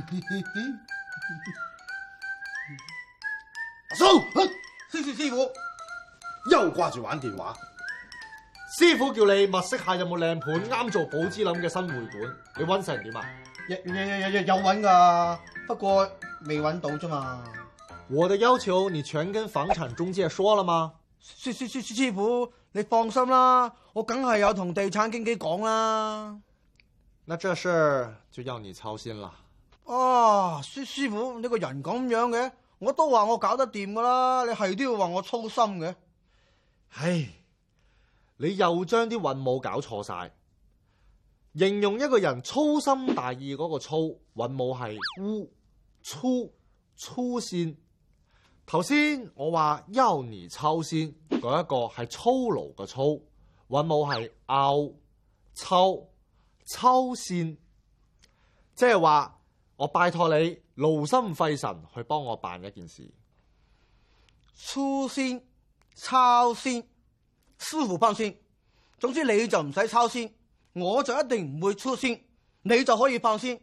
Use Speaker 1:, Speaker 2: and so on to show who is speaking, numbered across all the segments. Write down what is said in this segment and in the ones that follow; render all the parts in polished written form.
Speaker 1: 收，師傅又掛住玩電話。
Speaker 2: 師傅叫你物色下有冇靚盤啱做寶芝林嘅新會館，你揾成點啊？
Speaker 1: 有揾㗎，不過未揾到啫嘛。
Speaker 2: 我的要求你全跟房產中介說了嗎？
Speaker 1: 師傅，你放心啦，我梗係有同地產經紀講啦。
Speaker 2: 那這事就要你操心啦。
Speaker 1: 啊，師傅，你個人咁樣嘅，我都話我搞得掂㗎啦，你係都要話我操心嘅。
Speaker 2: 唉，你又將啲韻母搞錯晒。形容一個人粗心大意嗰個粗，韻母係污粗線。頭先我話要你操先嗰一個係粗魯嘅粗，韻母係拗抽線，即係話我拜託你勞心費神去幫我辦一件事。
Speaker 1: 粗先抄先，師傅放先。總之你就唔使抄先，我就一定唔會粗先，你就可以放先。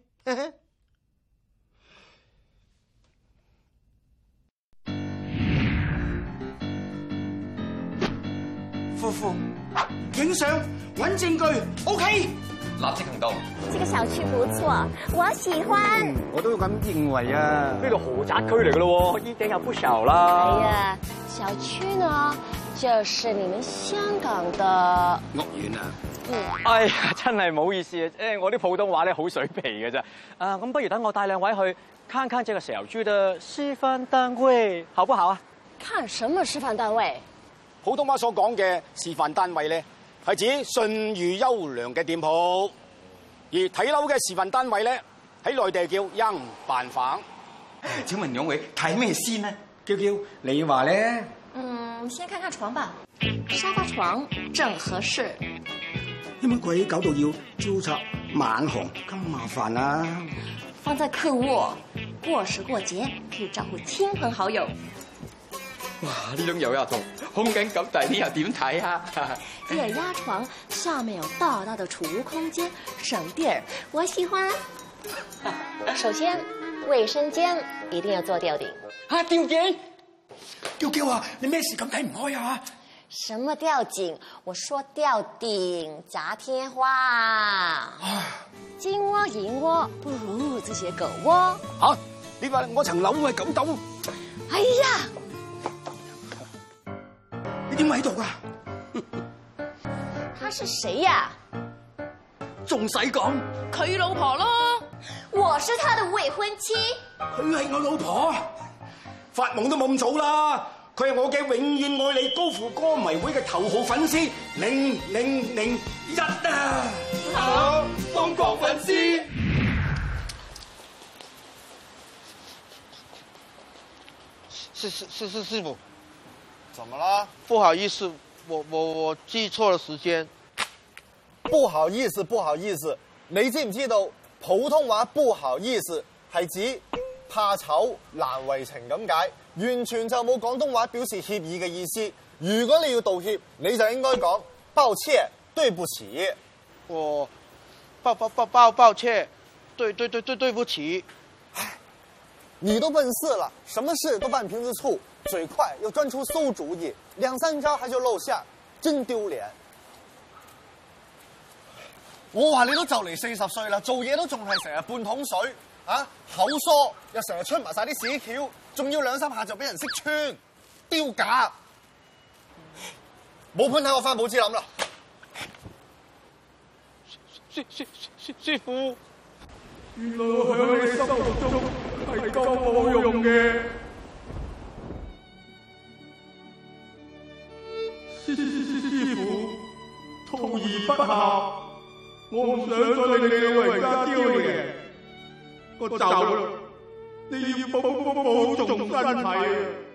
Speaker 1: 夫婦影相揾證據 ，OK，
Speaker 3: 立即行動。
Speaker 4: 這個小區不錯，我喜歡。
Speaker 5: 我都咁認為啊。
Speaker 3: 呢度豪宅區嚟噶咯，依頂有不少啦。
Speaker 4: 哎呀，小區呢，就是你們香港的
Speaker 5: 屋苑啊。
Speaker 3: 哎呀，真係唔好意思啊，我啲普通話咧好水皮嘅啫。咁不如等我帶兩位去看看這個小區的示範單位，好不好啊？
Speaker 4: 看什麼示範單位？
Speaker 6: 普通話所講嘅示範單位咧，係指信譽優良嘅店鋪；而睇樓嘅示範單位咧，喺內地叫樣板房。
Speaker 5: 請問兩位睇咩先呢？嬌，你話咧？
Speaker 4: 先看看床吧，沙發床正合適。
Speaker 5: 有乜鬼搞到要招拆晚紅咁麻煩啊？
Speaker 4: 放在客臥，過時過節可以招呼親朋好友。
Speaker 5: 哇！呢種又同空間咁大啲又點睇啊？
Speaker 4: 熱壓床下面有大大的儲物空間，省地兒，我喜歡。首先，衛生間一定要做吊頂。
Speaker 5: 啊，吊頸！
Speaker 1: 嬌啊，你咩事咁睇唔開啊？
Speaker 4: 什麼吊頸？我說吊頂，砸天花。金窩銀窩不如這些狗窩。
Speaker 6: 嚇！你話我層樓係狗竇？
Speaker 4: 哎呀！
Speaker 1: 你點喺度㗎？
Speaker 4: 他是誰呀？
Speaker 1: 仲使講？
Speaker 4: 佢老婆咯，我是他的未婚妻。
Speaker 1: 佢係我老婆，
Speaker 6: 發夢都冇咁早啦！佢係我嘅永遠愛你高富歌迷會嘅頭號粉絲001啊！
Speaker 5: 好，瘋狂粉絲。
Speaker 1: 師傅。
Speaker 7: 怎麼了？
Speaker 1: 不好意思，我記錯了時間。
Speaker 7: 不好意思，你知唔知道普通話不好意思係指怕醜難為情咁解，完全就冇廣東話表示歉意嘅意思。如果你要道歉，你就應該講抱歉，對不起。
Speaker 1: 我抱歉，對不起。
Speaker 7: 唉，你都笨死了，什麼事都半瓶子醋。嘴快又專出馊主意，2、3招還就露餡，真丟臉。我話你都就嚟40歲啦，做嘢都仲係成日半桶水啊，口疏又成日出埋晒啲屎橋，仲要2、3下就俾人識穿，丟架。冇盤睇我翻寶芝林啦。
Speaker 1: 師傅，原來我喺你心目中係咁冇用嘅。師傅，徒兒不孝，我唔想再令你老人家丟臉。我走啦，你要保重身體啊！